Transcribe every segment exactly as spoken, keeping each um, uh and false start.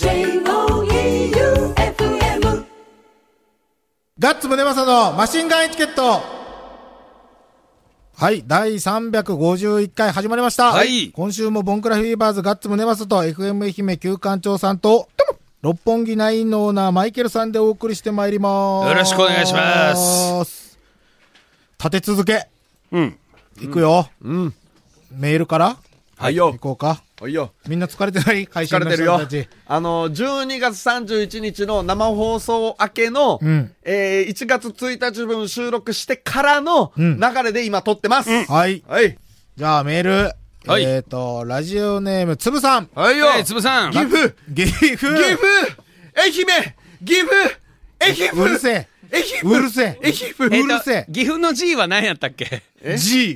ジェイオーイーユーエフエムガッツムネマソのマシンガンエチケット。はい、だいさんびゃくごじゅういっかい始まりました。 はい、 今週もボンクラフィーバーズガッツムネマソと エフエム 愛媛旧館長さんと六本木ナインのオーナーマイケルさんでお送りしてまいります。 よろしくお願いします。 立て続け。 うん。 いくよ。 うん。 メールからはいよ。 行こうか。 はいよ。 みんな疲れてない？会社の人たち。 疲れてるよ。あの、じゅうにがつさんじゅういちにちの生放送明けの、 うん、 えー、いちがつついたち分収録してからの流れで今撮ってます。うん、 はい。 はい。 じゃあメール。 はい。 えっと、ラジオネーム、つぶさん。 はいよ。 はい、つぶさん。 岐阜。 岐阜。 岐阜。愛媛。岐阜。愛媛。 うるせえ。 愛媛。 うるせえ。 愛媛。 うるせえ。 岐阜の G は何やったっけ？ G。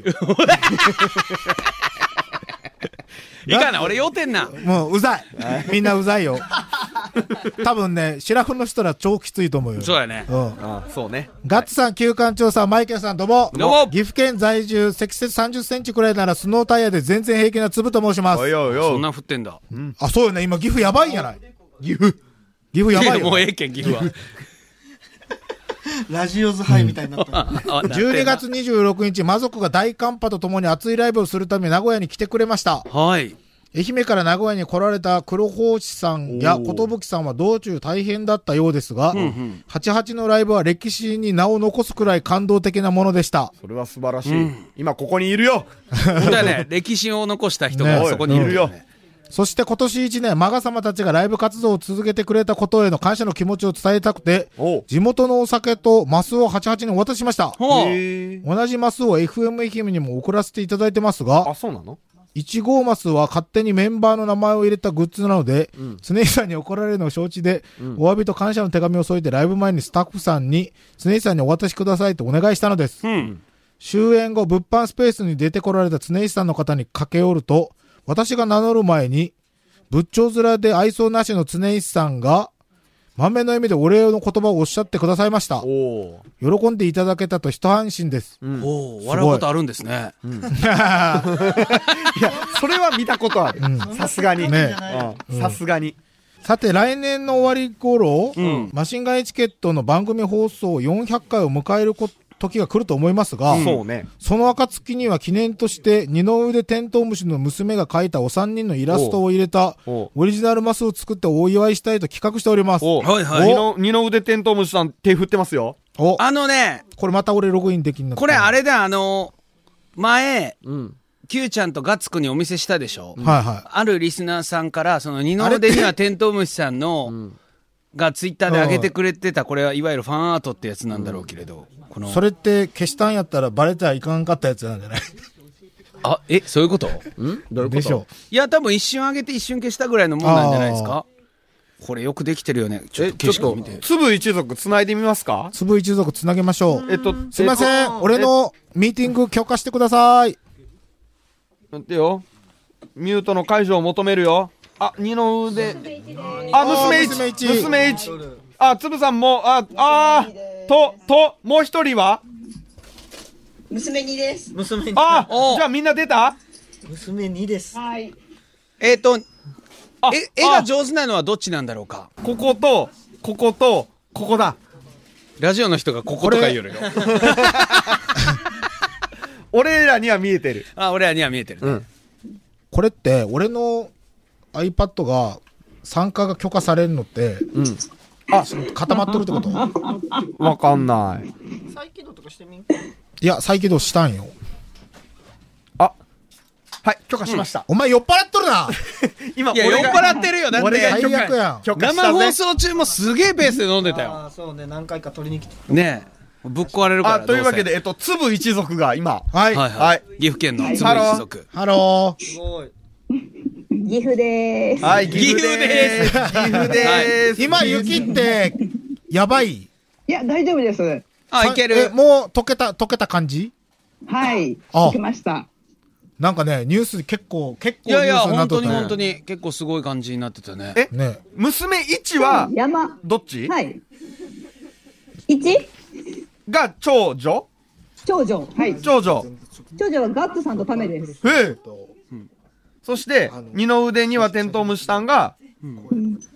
いかな、俺要点な。 もううざい。みんなうざいよ。多分ね、シラフの人ら超きついと思うよ。 そうやね。 うん。 ああ、そうね。 ガッツさん、旧館長さん、マイケルさん、どうも。 どうも。 岐阜県在住、積雪さんじゅっセンチくらいならスノータイヤで全然平気な粒と申します。 おいおいおい。 そんな降ってんだ。 うん、あ、そうよね。今岐阜やばいんやない。岐阜。岐阜やばいよ。 もうええけん、岐阜は。 ラジオズハイみたいになった、 うん、じゅうにがつにじゅうろくにち、魔族が大寒波とともに熱いライブをするため名古屋に来てくれました。 はい。 愛媛から名古屋に来られた黒宝士さんや寿さんは道中大変だったようですが、うんうん、はちじゅうはちのライブは歴史に名を残すくらい感動的なものでした。 それは素晴らしい。うん、今ここにいるよ。 本当だね。歴史を残した人がそこにいるよ。ね、 そして今年一年、マガ様たちがライブ活動を続けてくれたことへの感謝の気持ちを伝えたくて、地元のお酒とマスをはちじゅうはちにお渡ししました。同じマスを エフエム 愛媛にも送らせていただいてますが、 あ、そうなの？ いち号マスは勝手にメンバーの名前を入れたグッズなので、うん、常井さんに怒られるのを承知で、うん、お詫びと感謝の手紙を添えてライブ前にスタッフさんに常井さんにお渡しくださいとお願いしたのです。うん、終演後、物販スペースに出てこられた常井さんの方に駆け寄ると、私が名乗る前に、仏頂面で愛想なしの常井さんが、満面の笑みでお礼の言葉をおっしゃってくださいました。お喜んでいただけたと一安心です。 うん、お笑うことあるんですね。うん、いや、それは見たことある。さすがに。さすがに。 さて、来年の終わり頃、うん、マシンガンエチケットの番組放送よんひゃっかいを迎えること時が来ると思いますが、 そうね、 その暁には記念として二の腕テントウムシの娘が描いたお三人のイラストを入れたオリジナルマスを作ってお祝いしたいと企画しております。 はいはい。二の、二の腕テントウムシさん手振ってますよ。 おあのね、 これまた俺ログインできんな。 これあれだ、あの前、うん、Q ちゃんとガッツくんにお見せしたでしょ。 はいはい。 あるリスナーさんからその二の腕にはテントウムシさんの、うん、がツイッターで上げてくれてた、これはいわゆるファンアートってやつなんだろうけれど、うん、このそれって消したんやったらバレちゃいかんかったやつなんじゃない？ あ、え、そういうこと？ん？ どういうこと？ でしょう。 いや、多分一瞬上げて一瞬消したぐらいのもんなんじゃないですか？これよくできてるよね。ちょっと景色を見て。 つぶ一族つないでみますか？ つぶ一族つなげましょう。 えっと、 すいません、えっと、俺のミーティング許可してください。 待ってよ。ミュートの解除を求めるよ。あ、二の腕。あ、娘一。娘一。娘一。あ、つぶさんも、あ、あー、と、と、もう一人は娘にです。娘に。 あ、じゃあみんな出た？ 娘にです。はい。 えっと、え、絵が上手なのはどっちなんだろうか。 ここと、ここと、ここだ。 ラジオの人がこことか言うのよ。 俺らには見えてる。 あ、俺らには見えてる、ね。うん。 これって、俺の iPad が参加が許可されるのって、うん。あ、固まっとるってこと？ わかんない。 再起動とかしてみん？いや、再起動したんよ。 あ、はい、許可しました。 うん、お前酔っ払っとるな。 今、いや、酔っ払ってるよ。だって、 最悪やん。 生放送中もすげえペースで飲んでたよ。 あ、そうね、何回か取りに来て。 ねえ、ぶっ壊れるから。 あ、というわけで、えっと、つぶ一族が今。 はい。 はいはい。岐阜県のつぶ一族。 ハロー。 すごい。 岐阜でーす。 はい、岐阜でーす。岐阜でーす。 今雪ってやばい？いや、大丈夫です。 あ、いける。 もう溶けた溶けた感じ？ はい。溶けました。 なんかね、ニュース結構結構ニュースになってた。いやいや、 本当に本当に結構すごい感じになってたね。 え、 ね、 娘一は山どっち？ はい。一が長女？ 長女。はい。 長女。 長女はガッツさんとタメです。 ええ。そして、二の腕にはテントウムシさんが、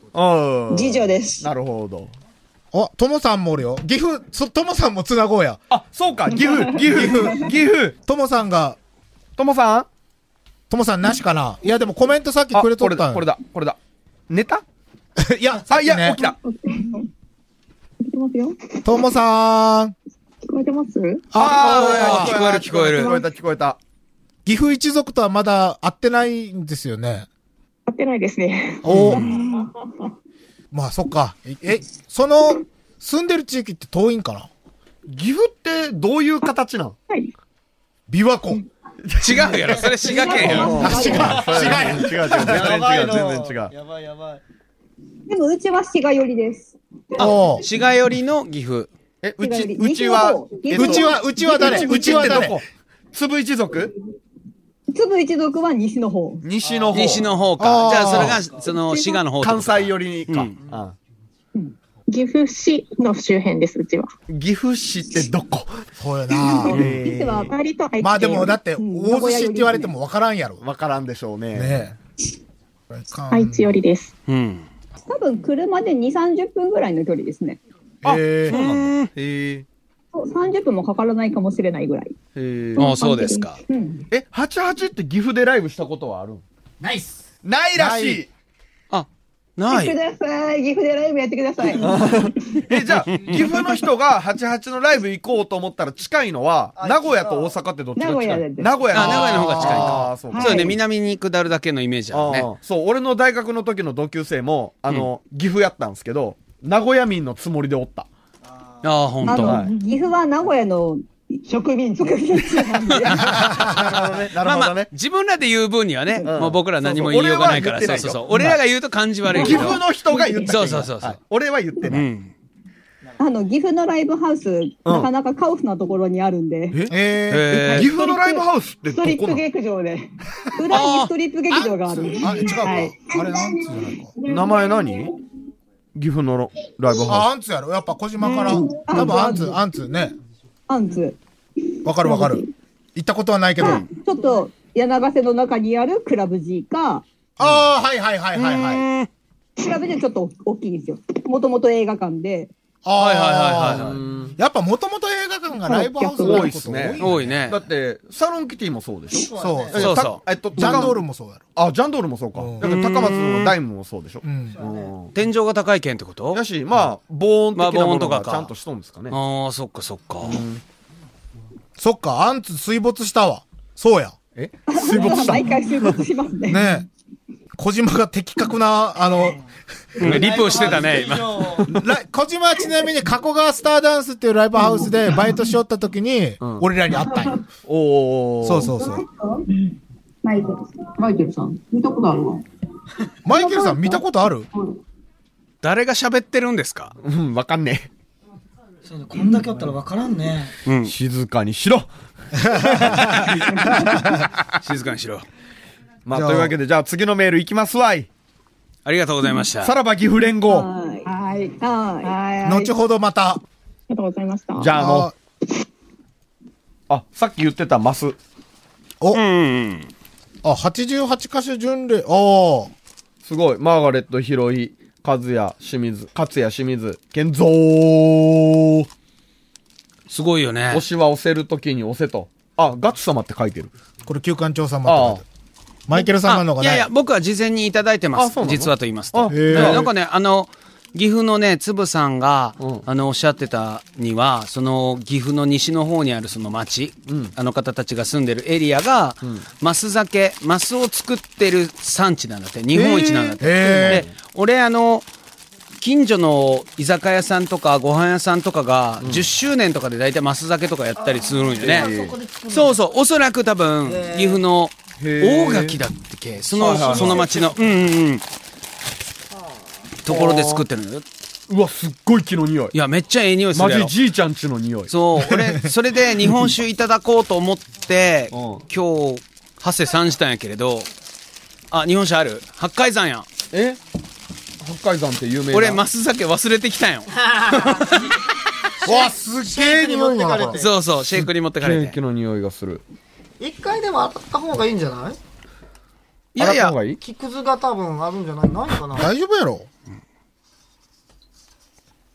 うん。 次女です。 なるほど。 あ、ともさんもおるよ。岐阜、そ、ともさんもつなごうや。 あ、そうか、岐阜、岐阜、岐阜。 ともさんが、 ともさんともさんなしかな。いや、でもコメントさっきあ、 くれとこれだ、 ったんこれだ、これだ。寝たいや、さあ、 っきね、 いや、起きた。 聞いてますよ。 ともさん。 聞こえてます？ あ、 聞こえる聞こえる聞こえた、聞こえた。 岐阜一族とはまだ会ってないんですよね。 会ってないですね。 おまあ、そっか。え、その、住んでる地域って遠いんかな？ 岐阜ってどういう形なん？ はい。 琵琶湖。 違うやろ、それ滋賀県やろ。 あ、違う、違う。 違う違う、全然違う、全然違う。 やばいやばい。 でもうちは滋賀寄りです。 おう滋賀寄りの岐阜。 え、うち、 違ううちは、 西の方うちは、うちは誰うちは誰ってどこ？粒一族？ 粒一族は西の方。 西の方。 西の方あか。 ーじゃあ、それが、その、滋賀の方ってことか関西寄りか。 うんあ岐阜市の周辺です、うちは。 岐阜市ってどこ？ そうやな。 実は割と愛知県。 まあでも、だって、 うん大寿司って言われてもわからんやろ。 わからんでしょうね。 ねえ。 愛知寄りです。 うん。 多分車でに、さんじゅっぷんぐらいの距離ですね。 あ、 へえそうなんだ。へえ。 そうさんじゅっぷんもかからないかもしれないぐらい。 へえ。 ああ、そうですか。 うん。 え、はちはちって岐阜でライブしたことはあるん？ ナイス。 ないらしい。 あ、ない。 来てください。岐阜でライブやってください。 え、じゃあ、岐阜の人がはちはちのライブ行こうと思ったら近いのは、名古屋と大阪ってどっちが近い？ 名古屋です名古屋あ名古屋の方が近いかあーそうか。 そうね、南に下るだけのイメージあるね。 あーそう、俺の大学の時の同級生も、あの、岐阜やったんですけど、名古屋民のつもりでおった。 ああ、ほんと。 あの、 はい岐阜は名古屋の植民地。植民地なんで。 なるほどね。なるまあまあほどね、。 自分らで言う分にはね、 んもう僕ら何も言いようがないから、 そうそうそうそうそう。俺らが言うと感じ悪いけど。 岐阜の人が言ったそうそうそうそうはい俺は言ってない。 うん。 あの、岐阜のライブハウス、なかなかカオスなところにあるんで。 ええ岐阜のライブハウスってストリップどこなの？ 劇場で。裏にストリップ劇場がある。 ー、あ、違うか。 はいあれなんつうじゃないか。 名前何？岐阜のライブあ、 ハアンツやろ。やっぱ小島から。 うん多分アンツ、アンツね。 アンツ。 わかるわかる。行ったことはないけど。あちょっと、柳瀬の中にあるクラブ G か、 あー、はいはいはいはいはい。 クラブ G ちょっと大きいんですよ。もともと映画館で。 ああ、 はいはいはいウ。 はいうんやっぱもともと映画館がライブハウスになること多いっすね多いねだ。って、サロンキティもそうでしょ？ そう。 えそうそうたえっと、 ジャンドールも。 もそうやろ。 あ、ジャンドールもそうか。 うんだから高松のダイムもそうでしょう。ん。 うん天井が高い県ってことやし、まあ、防音的なまあ防も音とかかのがちゃんとしとんですかね。 ああ、そっかそっか。 そっか、アンツ水没したわ。そうや。 え水没した毎回水没しますね。 ねえ。小島が的確な、あの、 リプをしてたね、今。 ラ小島はちなみに加古川スターダンスっていうライブハウスでバイトしよった時に、俺らに会ったんよ。 おー。 そうそうそう。 マイケルさん。マイケルさん。見たことあるわ。 マイケルさん見たことある？ 誰が喋ってるんですか？ うん、わかんねそうね、こんだけあったらわからんね。 え。静かにしろ。 静かにしろ。 まあ、 じゃあというわけで、じゃあ次のメールいきますわい。 ありがとうございました。 さらば岐阜連合。 はい。はい。はい。 後ほどまた。 ありがとうございました。 じゃあ、あのあ、 あ、さっき言ってたマス。 お、 うんうん。 あ、はちじゅうはち箇所巡礼。おー。 すごい。マーガレット、ヒロイ、カズヤ、清水、勝也、清水、健三。 すごいよね押。しは押せるときに押せと。あ、ガッツ様って書いてる。 これ旧館長様って書いてある。マイケル様のがない。 あいやいや、僕は事前にいただいてますあそう。なの実はと言いますあと。 へーだからなんかね、あの、岐阜のね、つぶさんが、 うんあの、おっしゃってたには、その、岐阜の西の方にあるその町、 うんあの方たちが住んでるエリアが、マス酒、マスを作ってる産地なんだって、日本一なんだって。 へーで、俺、あの、近所の居酒屋さんとかご飯屋さんとかがじゅっしゅうねんとかで大体マス酒とかやったりするんよね。そうそう、おそらく多分岐阜の大垣だってけ、そのその町のうんうんうんところで作ってるのよ。 うわ、すっごい木の匂い。 いやめっちゃええ匂いすマるやろ。 ジじいちゃんちの匂い。 そう、俺それで日本酒いただこうと思ってうん今日ハセさんしたんやけれど、あ日本酒ある？八海山や。 え八海山って有名な。 俺マス酒忘れてきたんよ。 わ、すげえ匂いだな。これそうそう、シェイクに持ってかれて。 ケーキの匂いがする。 一回でも当たった方がいいんじゃない？ いやいや洗った方、がいい？ 木くずが多分あるんじゃないないかな。 大丈夫やろ？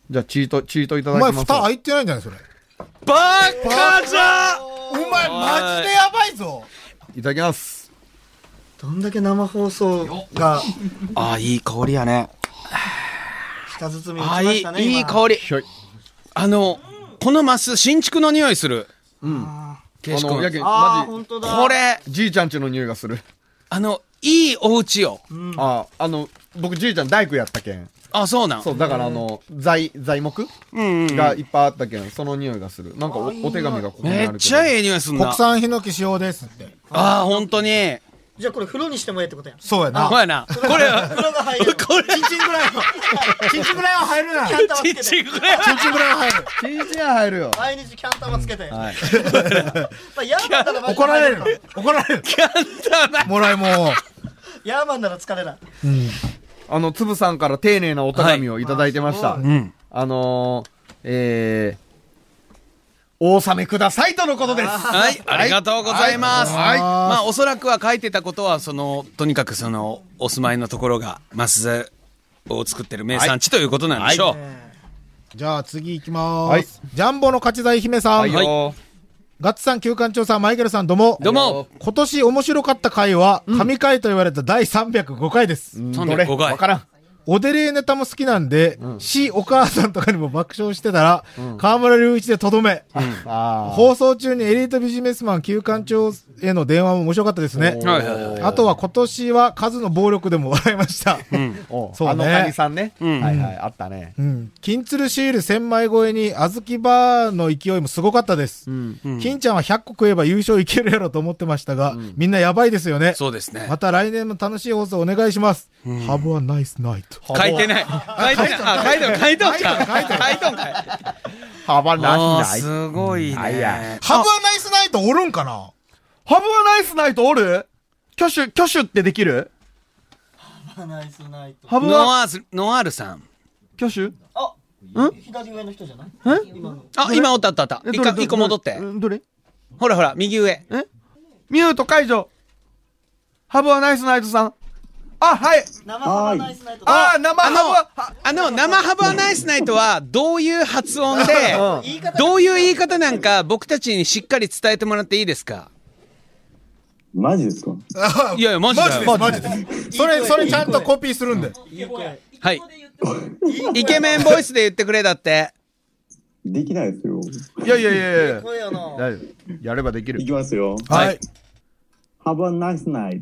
じゃあチートチートいただお前きます。 蓋開いてないんじゃないそれ。 バカじゃお前マジでやばいぞ。 いただきます。 どんだけ生放送があーいい香りやね。 舌包み打ちあーいましたね。今いいい香り。 ひょい。 あのこのマス新築の匂いする。 あケイシあのやけーあー、 マ本当だ。 これジじいちゃんちの匂いがする。 あのいいお家よ。 ああの僕じいちゃん大工やったけん。 あそうなん。 そうだからあの材材木うんうん。 がいっぱいあったけんその匂いがする。なんかおお手紙がここにあるけど。 めっちゃええ匂いすんな。 国産ヒノキ使用ですって。 ああ本当に。 じゃあこれ風呂にしてもええってことや。 そうやな。 ほやな。これ風呂が入る。 これチンチンぐらいは、チンチンぐらいは入るな。 キャン玉つけて。 ちぐらい。 チンチンぐらいは入る。 チンチン入るよ。 毎日キャン玉つけて。 はい。 まあヤーマンならマジで怒られるの。怒られる。 キャン玉。 もらいもヤーマンなら疲れない。 あのつぶさんから丁寧なお手紙をいただいてました。 うん。 あのー、えー、お納めくださいとのことです。 はい、ありがとうございます。 はいまあ、おそらくは書いてたことは、その、とにかくその、お住まいのところが、マスザを作ってる名産地ということなんでしょう。 じゃあ次行きまはいーす。ジャンボの勝ち財姫さん。 はいよガッツさん、旧館長さん、マイケルさん、どうも。 どうも、 今年面白かった回は、神回と言われただいさんびゃくごかいです。 ー。 さんびゃくごかいわからん。 おデレネタも好きなんで、し、お母さんとかにも爆笑してたら、河村隆一でとどめ。 あ放送中にエリートビジネスマン旧館長への電話も面白かったですね。 はいはいはい。 あとは今年は数の暴力でも笑いました。 おそうねあのカニさんね。 んはいはい、あったね。 うん。金鶴シールせんまい超えに、あずきバーの勢いもすごかったです。金ちゃんはひゃっこ食えば優勝いけるやろと思ってましたが、みんなやばいですよね。 そうですね。 また来年も楽しい放送お願いします。Have a nice night. 書いてない。書いてない。あ、書いとん、書いとんか。書いとんかい。 幅あーなしない。 すごいあいやね。 Have a nice night おるんかな？ ハブはナイスナイトおる？挙手、挙手ってできる？ ナイスナイト。 ハブはノワール、ノワールさん。 挙手？ あ、 ん左上の人じゃない？ え？ 今の。 あ、今おったおったおった。一個、一個戻って。 うんどれ？ ほらほら、右上。 ミュート解除。ハブはナイスナイトさん。あ、はい。 生ハナイスナイト。 あー、生あのハブは、はあの、生ハブはナイスナイトは、どういう発音で、 言い方どういう言い方なんか、僕たちにしっかり伝えてもらっていいですか？ マジですか？ いやいや、マジだよ。 マジです、マジです。それ、それちゃんとコピーするんで。 いい声。 はい。イケメンボイスで言ってくれだって。 できないですよ。 いやいやいやいや。 声よな。 大丈夫。やればできるい。きますよ。 はい。 Have a nice night.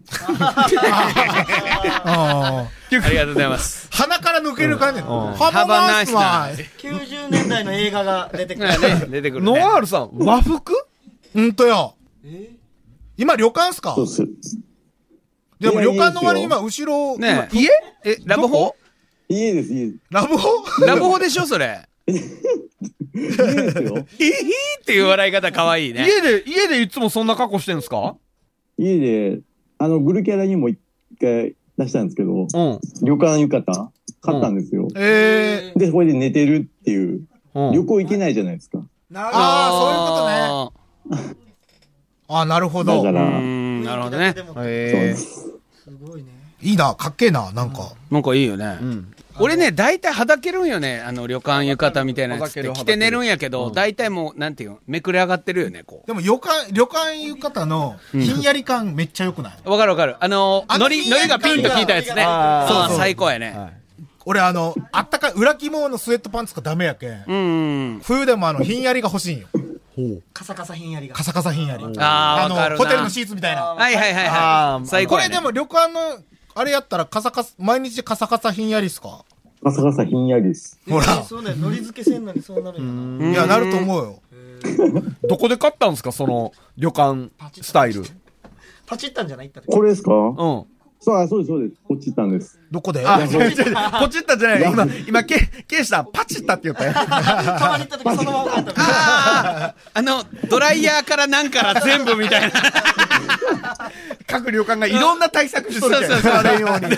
あーありがとうございます。 鼻から抜ける感じ。Have Have a a nice nice night. きゅうじゅうねんだいの映画が出てくる。 ね、出てくる、ね。 ノワールさん、和服？ うんとよ。今旅館っすか？ そうっす。 でもいや旅館の割に今後ろ、 ね今家え、ラブホ家です、家です。 ラブホラブホでしょ、それ。 家ですよ。 えーっていう笑い方かわいいね。 家で、家でいつもそんな格好してんすか？ 家で、あの、グルキャラにも一回出したんですけど、 うん。 旅館浴衣買ったんですよ。 えで、そこで寝てるっていう。 うん。 旅行行けないじゃないですか。 ー、ああ、そういうことね。あー、なるほど。 だから、 うーん、なるほどね。 そうえです。 すごいね。 いいな、かっけえな、なんか。 なんかいいよね。 うん。 俺ね、大体はだけるんよね。あの、旅館浴衣みたいなやつって。 はだける着て寝るんやけど、大体もう、なんていうの、めくれ上がってるよね、こでも旅館、旅館浴衣のひんやり感めっちゃ良くない？ う。わかるわかる。あのあののり、のりがピンと効いたやつね。 あーあー最高やね。 俺あの、あったかい裏肝のスウェットパンツがダメやけん。 うん。 冬でもあの、ひんやりが欲しいんよ。 カサカサひんやりが。 カサカサひんやり。 あー、わかるな。 の、ホテルのシーツみたいな。 はいはいはいあはーい。最高やねこれで。も旅館の、あれやったらカサカサ、毎日カサカサひんやりっすか？ カサカサひんやりです。 ほら。 そうね、のり漬けせんのにそうなるんやな。 いや、なると思うよ。 どこで買ったんすかその、旅館スタイル。 パチったんじゃない？ これですか？ うん。 そう、あそうです、そうです。落ちたんです。 どこで？ あ、違う違うポチったじゃない。今、今、ケ、ケイシさん、パチったって言ったよ。 たまに行った時そのまま帰った。 あーあの、ドライヤーからなんから全部みたいな。 各旅館がいろんな対策しとるけん。 そうそうそうあれように。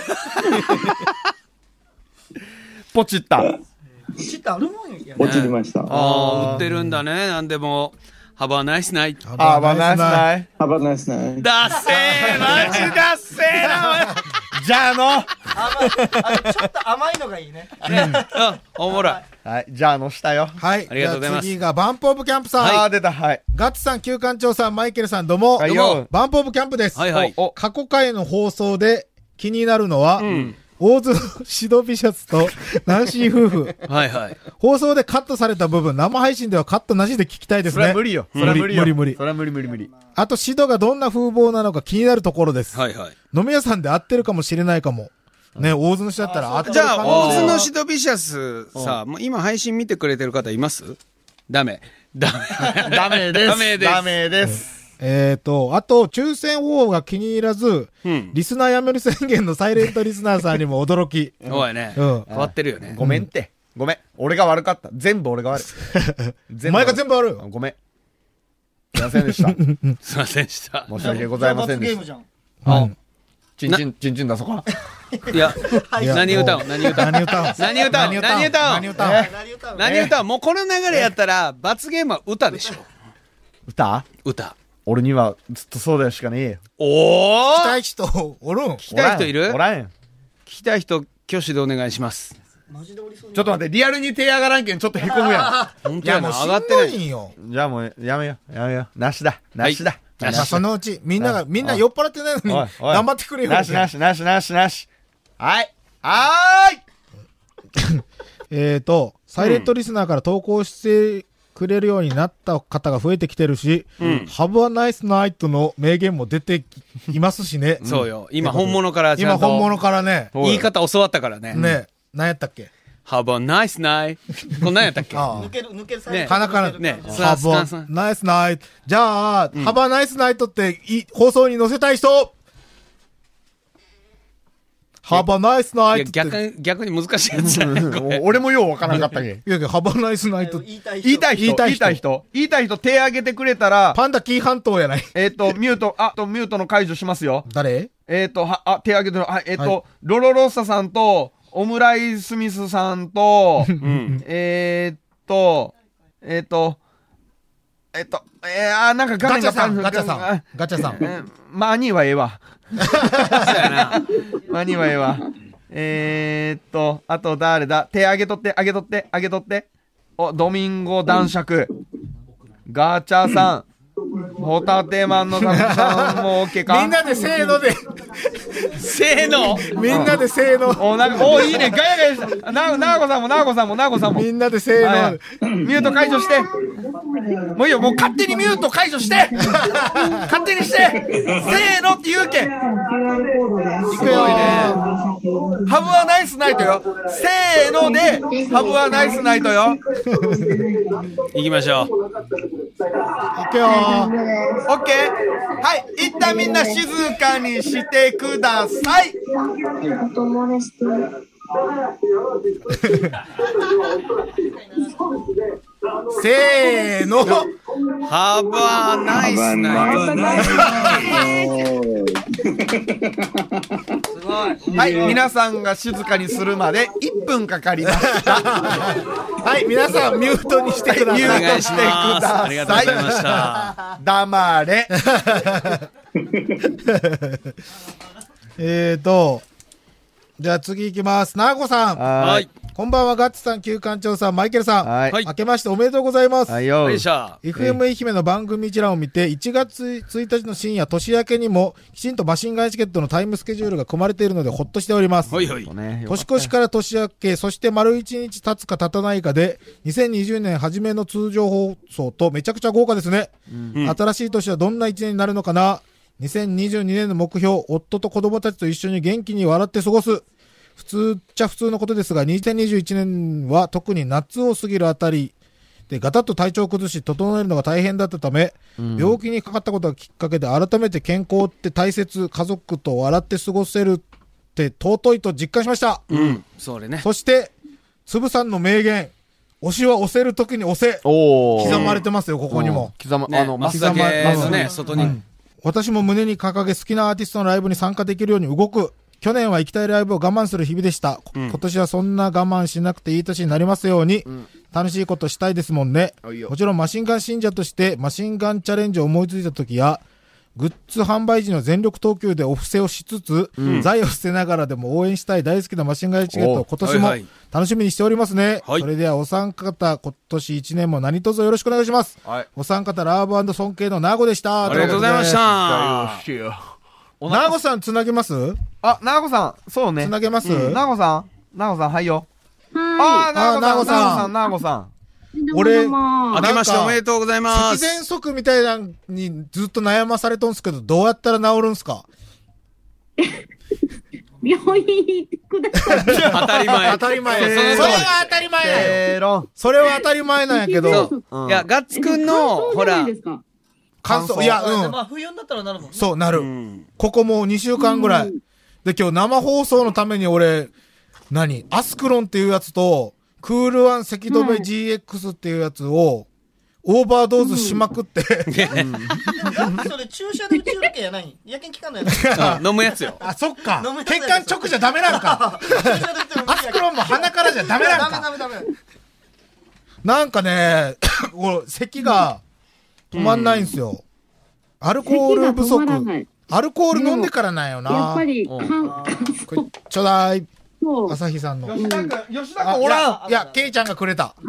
ポチった。 パチってあるもんや。 落ちました。 ああ、売ってるんだね。なんでも。ハバーナイスナイト。 あ、バナナスナイ。 Have a nice night. だっせーマジだっせーなじゃあの甘いあのちょっと甘いのがいいね。 あ、おもろい。 はい、じゃあのしたよ。 はい。 ありがとうございますじゃあ次がバンプオブキャンプさん。 あー、出た、はい。 ガッツさん、旧館長さん、マイケルさん、どうも。 はいよどうも。バンプオブキャンプです。 はいはい。 お、 過去回の放送で気になるのは、 ん大津のシドビシャツとナンシー夫婦。 はいはい。 放送でカットされた部分、生配信ではカットなしで聞きたいですそれね。 は無理よ。それは無理よ。 無理無理無理それは無理無理無理。 あと、シドがどんな風貌なのか気になるところです。 はいはい。 飲み屋さんで合ってるかもしれないかも。ね、大津の人だったら合ってるじゃあ、 可能性大津のシドビシャスさ、もう今配信見てくれてる方いますダメ。ダメ。 ダメです。 ダメです。 ダメです。 えっと、あと、抽選方法が気に入らず、 うん。 リスナーやめる宣言のサイレントリスナーさんにも驚き。 そうやね。 うん。 変わってるよね。 ごめんって。ごめん。俺が悪かった。全部俺が悪い。 お前が全部ある。 ごめん。すいませんでした。 すいませんでした。 申し訳ございませんでした。 罰ゲームじゃん。 あ、 チンチン、チンチン出そうか。 いや、 いや何歌う何歌う何歌う何歌う何何歌う何歌うえ何歌うの何歌うもうこの流れやったら、罰ゲームは歌でしょ。 歌歌。 俺にはずっとそうだよしかねえよ。 おー聞きたい人、おるん。 聞きたい人いるおらんよ。 聞きたい人、挙手でお願いします。 マジでおりそうにちょっと待って、リアルに手上がらんけん、ちょっとへこむや本当やな、 いやもうしん上がってない。 どいんよ。 ん。じゃあもう、やめよう。やめよう。なしだ。なしだ。 はいまあそのうち、みんなが、みんな酔っ払ってないのに、 おいおい頑張ってくれよ。 なしなしなしなしなし。はい。はーい。 えーと、サイレントリスナーから投稿してくれるようになった方が増えてきてるし、Have a nice night の名言も出てきますしね。 そうよ。今本物からちゃ今んと本物からね、 言い方教わったからね。 ね、何やったっけ Have a nice night. これ何やったっけあ抜ける抜けるね鼻からね。 あ。 さあ、 Have a さあ nice night. じゃあ、Have a nice night ってい放送に載せたい人 !Have a nice いや night って。 逆に、逆に難しいやつじゃないこれ俺もようわからんかったけん。 いやいや、Have a nice night 言いたい人言いたい人、言いたい人、言いたい人、手挙げてくれたら、 パンダキー半島やない。 えっと、ミュート、あ、と、ミュートの解除しますよ。 誰えっと、は、あ、手挙げてる、はい、えっはと、ロロロッサさんと、オムライスミスさんと、 うん。 えーっと、えーっと、えっと、えー、あー、なんか画面がガチャさん、 パンガチャさんあ、 ガチャさん。 えーまあ、兄はええわ。 そうやな。 まあ、兄はええわ。えーっと、あと誰だ手上げとって、上げとって、上げとって。お、ドミンゴ男爵。ガチャさん。ホタテマンのサクさんも OK かみんなでせーので、 せーのみんなでせーの。 お、なんか、お、いいね。ガヤガヤした。な、なーこさんも、なーこさんも、なーこさんも。 みんなでせーのはい。ミュート解除して。もういいよ、もう勝手にミュート解除して勝手にしてせーのって言うけんいくよー。 ハブはナイスナイトよせーので、ハブはナイスナイトよ行きましょう。 いくよー。 オッケーはい、一旦みんな静かにしてくださいせーの。 ハーバーナイスナイト。 はい、皆さんが静かにするまでいっぷんかかりましたはい、皆さんミュートにしてくだおさい。 願いします。ありがとうございました。 黙れえーと、じゃあ次行きます。なーこさん。 はい。 こんばんは、ガッツさん、旧館長さん、マイケルさん。 はいはい明けましておめでとうございます。 はいよよいしょ。 エフエム 愛媛の番組一覧を見て、いちがつついたちの深夜、年明けにも、きちんとマシンガンチケットのタイムスケジュールが組まれているので、ほっとしております。 ほいほい。 年越しから年明け、そして丸一日経つか経たないかで、にせんにじゅうねん初めの通常放送とめちゃくちゃ豪華ですね。 うん新しい年はどんな一年になるのかな。にせんにじゅうにねんの目標、夫と子供たちと一緒に元気に笑って過ごす。普通っちゃ普通のことですが、にせんにじゅういちねんは特に夏を過ぎるあたりでガタッと体調を崩し整えるのが大変だったため、病気にかかったことがきっかけで改めて健康って大切、家族と笑って過ごせるって尊いと実感しました。 うん。それね。 そして、つぶさんの名言、推しは押せるときに押せ、 お刻まれてますよ、ここにも。 刻ま、 ね、 あの、ま松茸のね、外に。 私も胸に掲げ好きなアーティストのライブに参加できるように動く。去年は行きたいライブを我慢する日々でした。 うん今年はそんな我慢しなくていい年になりますように、楽しいことしたいですもんね。 いいよもちろんマシンガン信者としてマシンガンチャレンジを思いついた時や、 グッズ販売時の全力投球でお布施をしつつ、うん、財を捨てながらでも応援したい大好きなマシンガンエチケットを今年も楽しみにしておりますね。はい、それではお三方、今年一年も何卒よろしくお願いします。はい、お三方、ラブ&尊敬のナーゴでした。 ありがとうございました。ナーゴさん、つなげます？ あ、ナーゴさん、そうね。 つなげます？ うん、ナーゴさん、ナーゴさん、はいよ。 はい。 あー、ナーゴさん、ナーゴさん。 俺、 明けましておめでとうございます。 咳喘息みたいなのにずっと悩まされとんすけど、どうやったら治るんすか？ 病院行ってください。 当たり前。 当たり前。それは当たり前やよ。それは当たり前なんやけど。 いや、ガッツくんの、ほら、 乾燥。いや、うん。 まあ、冬になったらなるもんね。 そう、なる。ここもうにしゅうかんぐらい。で、今日生放送のために俺、何？アスクロンっていうやつと、クールワン咳止め ジーエックス っていうやつをオーバードーズしまくって、うん、 でもそれ注射で打ち受けやない？夜勤期間のやつ。 飲むやつよ。 あ、そっか。血管直じゃダメなんか。アスクロンも鼻からじゃダメなんか。ダメダメダメ。なんかね、咳が止まんないんすよ。アルコール不足。アルコール飲んでからなんよな。 やっぱり、 ちょうだい。朝日さんの。 吉田君、吉田君おらん。いや、ケイちゃんがくれた。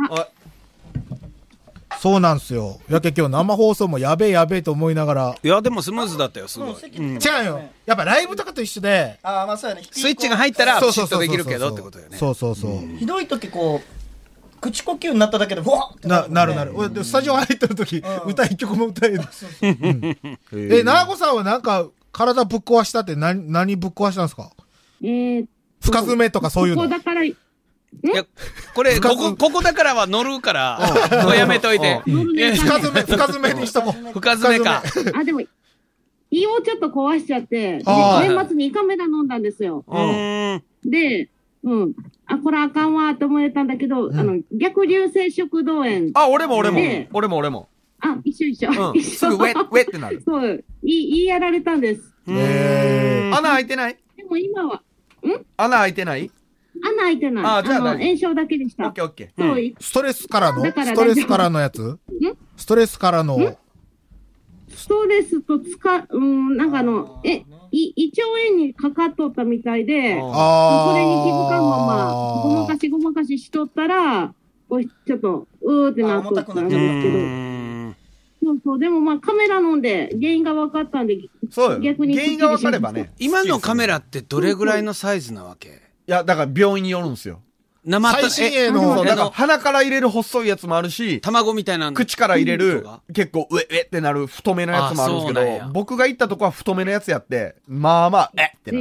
そうなんすよ。やけ今日生放送もやべえやべえと思いながら。 いや、でもスムーズだったよ、すごい。 違うよ。やっぱライブとかと一緒で。 ああ、まあそうやね。 スイッチが入ったら、ピシッとできるけどってことよね。 そうそうそう。 ひどい時こう、口呼吸になっただけで、ふわってな、なるなる。俺、スタジオ入ってる時、歌一曲も歌える。え、ナーゴさんはなんか、体ぶっ壊したって何、何ぶっ壊したんですか？ えー。 深爪とかそういうの。 ここだから、いや、これ、ここ、ここだからは乗るから、もうやめといて。 深爪、深爪にしとこう。 深爪か。 あ、でも、胃をちょっと壊しちゃって、年末に胃カメラ飲んだんですよ。で、うん。あ、これあかんわと思えたんだけど、あの、逆流性食道炎。 あ、俺も俺も。俺も俺も。 あ、一緒一緒。 すぐウェッ、ウェッってなる。 そう。胃、胃やられたんです。 へー。穴開いてない？ でも今は、ん？ 穴開いてない？ 穴開いてない。 あ、じゃあ大丈夫。 炎症だけでした。 オッケーオッケー。そう。 ストレスからのストレスからのやつ？ストレスからの。 ストレスとつか、うん、なんかあの、え、い、胃腸炎にかかっとったみたいで、それに気づかんまま、ごまかしごまかししとったら、こうちょっと、うーってなっとったんですけど。そうそう、でもまあカメラ飲んで原因が分かったんで、 そう逆に原因が分かればね。 今のカメラってどれぐらいのサイズなわけ？ いや、だから病院によるんですよ。 生最新鋭の、 だから鼻から入れる細いやつもあるし、 卵みたいな口から入れる、結構、うえ、うえってなる太めのやつもあるんですけど、僕が行ったとこは太めのやつやって、まあまあ、えってなった。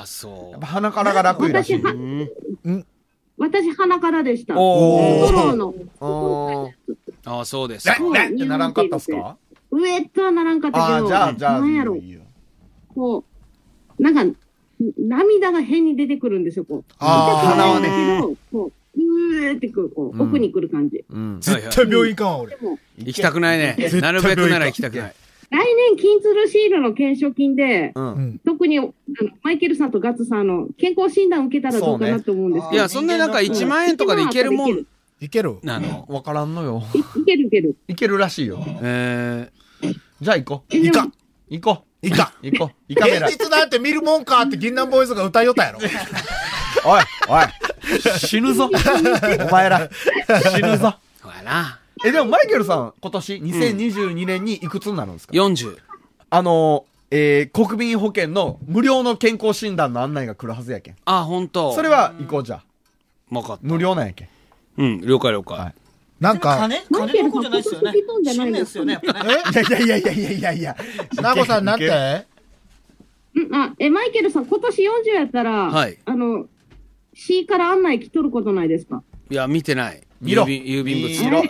あ、そう。 やっぱ鼻からが楽いらしい。 私、鼻からでした。 おー。トロの。 ああ、そうです。 ええってならんかったっすか？ ウエットはならんかったけど、 あじゃあ、じゃあ、 なんやろ。こう、なんか、涙が変に出てくるんですよ、こう。 ああ、鼻はね。 こう、うーってくる、こう、奥に来る感じ。 絶対病院かん、俺。 行きたくないね。なるべくなら行きたくない。 来年、金鶴シールの懸賞金で、特に、マイケルさんとガッツさんの健康診断受けたらどうかなと思うんですけど。 いや、そんななんかいちまんえんとかでいけるもん。 いけるなの。 わからんのよ。 いけるいける。 いけるらしいよ。 えー。 じゃあ行こう。 いか。 行こう。 いか。 行こう。いかめら。 現実なんて見るもんかって銀杏ボーイズが歌いよったやろ。 おい、おい。死ぬぞ。お前ら。死ぬぞ。 そうやな。 え、でもマイケルさん、今年にせんにじゅうにねんにいくつになるんですか？ よんじゅう。 あの、えー、国民保険の無料の健康診断の案内が来るはずやけん。 あ、ほんと。 それは行こうじゃ。 わかった。 無料なんやけん。 うん、了解了解。はい、 なんか、 金金の子じゃないっすよね。新年ですよね、やっぱね。 えいやいやいやいやいやいや。 ナゴさんなんて？ んあ、え、マイケルさん、今年よんじゅうやったら、はい。あの、C から案内来とることないですか？ いや、見てない。 見ろ。 郵便物。 見ろ。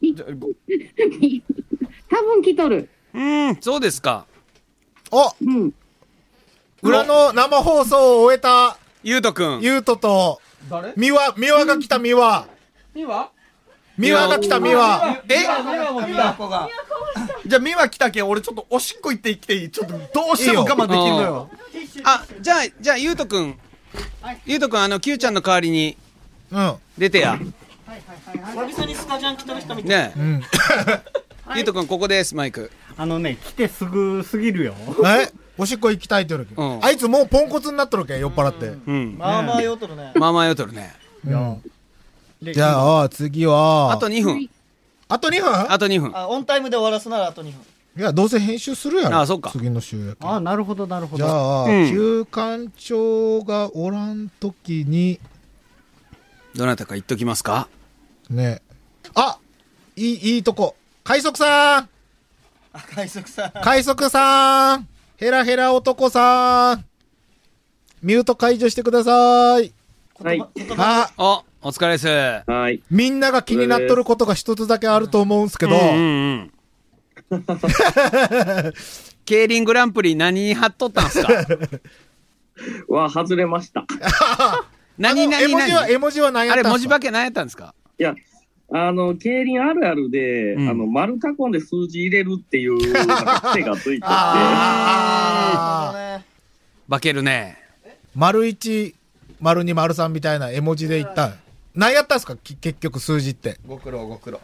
多分来とる。 うん、そうですか。 お、 うん。 裏の生放送を終えた、 ゆうとくん。 ゆうとと、 誰？ みわ、みわが来たみわ。 みわ？ みわが来たみわ。 え？みわ子が。じゃあみわ来たけん、俺ちょっとおしっこ行ってきていい？ちょっとどうしても我慢できんのよ。 あ、じゃあ、じゃあ、ゆうとくん。ゆうとくん、あの、きゅうちゃんの代わりに、 うん。 出てや。 久々にスカジャン着てる人みたい。 ねえ。うん。 ゆうとくんここですマイク。 あのね、来てすぐすぎるよ。 えおしっこ行きたいって言うけど、うん、あいつもうポンコツになっとるけん酔っ払って、うんうん、まあまあ酔っとるね。 まあまあ酔っとるね、 うん、じゃあ次はあとにふん。 あとにふんあとにふん。 あオンタイムで終わらすならあとにふん。 いやどうせ編集するやろ。 あそうか次の週やけあなるほどなるほど。 じゃあ、うん、旧館長がおらんときにどなたか言っときますかね。あいいいいとこ海賊さん。 あ海賊さん海賊さんヘラヘラ男さんミュート解除してください。 はい。 あおお疲れです。 はい。 みんなが気になっとることが一つだけあると思うんすけど、うんうんうん競輪グランプリ何に貼っとったんすか。 わ外れました。 何何何。 絵文字は絵文字は何やったんすか。 あれ文字化け何やったんですか。 いやあの競輪あるあるで、うん、あの丸囲んで数字入れるっていうなんか癖がついてて。 ああ。化けるね。 丸一丸二丸三みたいな絵文字でいったん。何やったんすか結局数字って。 ご苦労ご苦労。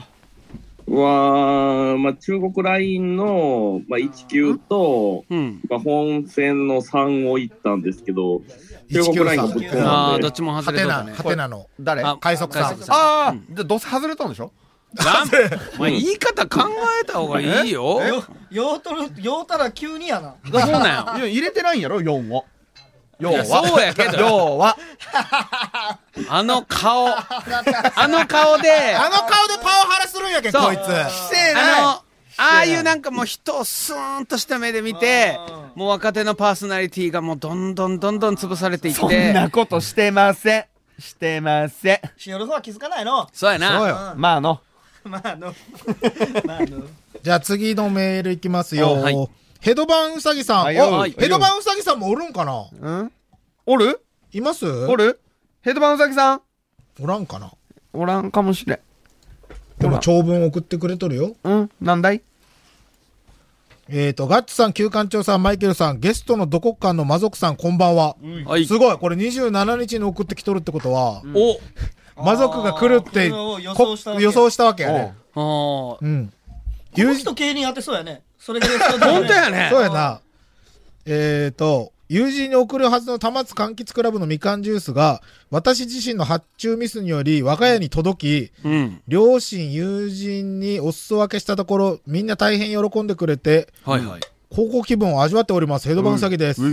は、まあ、中国ラインの、まあ、いちきゅうと、うんまあ、本線のさんを行ったんですけど、中国ラインがぶっ込んで。 ああ、どっちも外れたね。 ハテナの。 誰海賊さん。 ああ、じゃどうせ外れたんでしょ。 お前言い方考えた方がいいよ。 ようとる、ようたら急にやな。 そうなんよ。入れてないんやろ、よんを。 要はそうやけど要はあの顔あの顔であの顔でパワハラするんやけどこいつあのああいうなんかもう人をスーンとした目で見てもう若手のパーソナリティがもうどんどんどんどん潰されていってそんなことしてませんしてませんしおる方は気づかないのそうやなそうよ、 うん、 まあのまあのまあのじゃあ次のメールいきますよ、はい、ヘドバンウサギさん、 はい、 おヘドバンウサギさんもおるんかな。 うんおるいますおるヘドバンウサギさんおらんかな。 おらんかもしれん。 でも長文送ってくれとるよ。 うんなんだい。 えーとガッツさん旧館長さんマイケルさんゲストのどこかの魔族さんこんばんは、はい、すごいこれにじゅうしちにちに送ってきとるってことは、うん、お魔族が来るって予想したわけ予想したわけやね。 ああうんこの人競輪当てそうやね。それが本当やね。 そうやな。えーと友人に送るはずの玉津柑橘クラブのみかんジュースが私自身の発注ミスにより我が家に届き、うん、両親友人にお裾分けしたところみんな大変喜んでくれて、はいはい、高校気分を味わっております。ヘドバンウサギです、うん、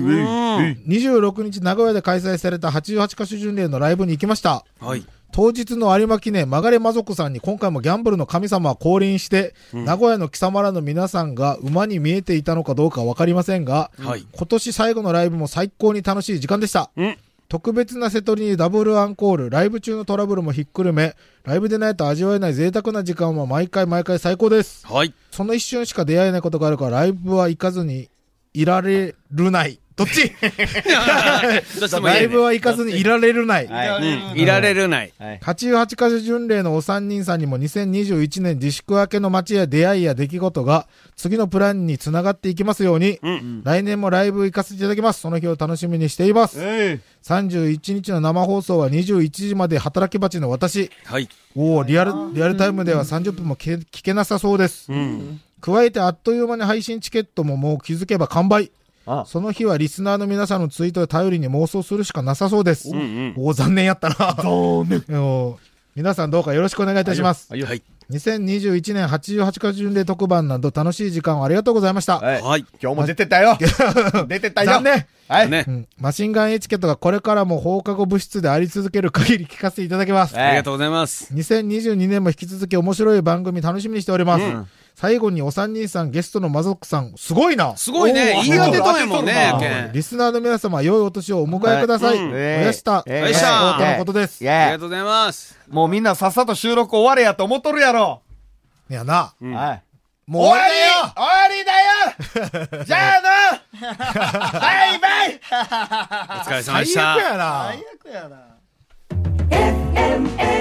にじゅうろくにち名古屋で開催されたはちじゅうはちかしょ巡礼のライブに行きました、はい、当日の有馬記念曲がれ魔族さんに今回もギャンブルの神様は降臨して、うん、名古屋の貴様らの皆さんが馬に見えていたのかどうか分かりませんが、はい、今年最後のライブも最高に楽しい時間でした、うん、特別な瀬戸りにダブルアンコールライブ中のトラブルもひっくるめライブでないと味わえない贅沢な時間は毎回毎回最高です、はい、その一瞬しか出会えないことがあるからライブは行かずにいられるないどっちライブは行かずにいられるない。 はい、いられるない。 はちじゅうはちかしょ巡礼のお三人さんにもにせんにじゅういちねん自粛明けの街や出会いや出来事が次のプランにつながっていきますように、うん、来年もライブ行かせていただきます。その日を楽しみにしています。えー、さんじゅういちにちの生放送はにじゅういちじまで働き蜂の私。はい、おーリアル、リアルタイムではさんじゅっぷんも聞け、聞けなさそうです、うん。加えてあっという間に配信チケットももう気づけば完売。ああその日はリスナーの皆さんのツイートで頼りに妄想するしかなさそうです。うんうん、お残念やったな。残念。皆さんどうかよろしくお願いいたします。はいはい、にせんにじゅういちねんはちじゅうはちかしょ巡礼特番など楽しい時間をありがとうございました。 はいはい、今日も出てたよ。出てたよ。 残念。 はい、 うん。マシンガンエチケットがこれからも放課後部室であり続ける限り聞かせていただきます。 ありがとうございます。 にせんにじゅうにねんも引き続き面白い番組楽しみにしております。うん、最後にお三人さんゲストの魔族さんすごいな。 すごいね。言い当てたんやもんね。 リスナーの皆様良いお年をお迎えください。はい、うん、おやした。おやした。 とのことです。 ありがとうございます。 もうみんなさっさと収録終われやと思っとるやろ。 いやな。 うん、はい。 もう終わり終わりだよ。じゃあな。バイバイ。 お疲れ様でした。 最悪やな。 最悪やな。エフエムエー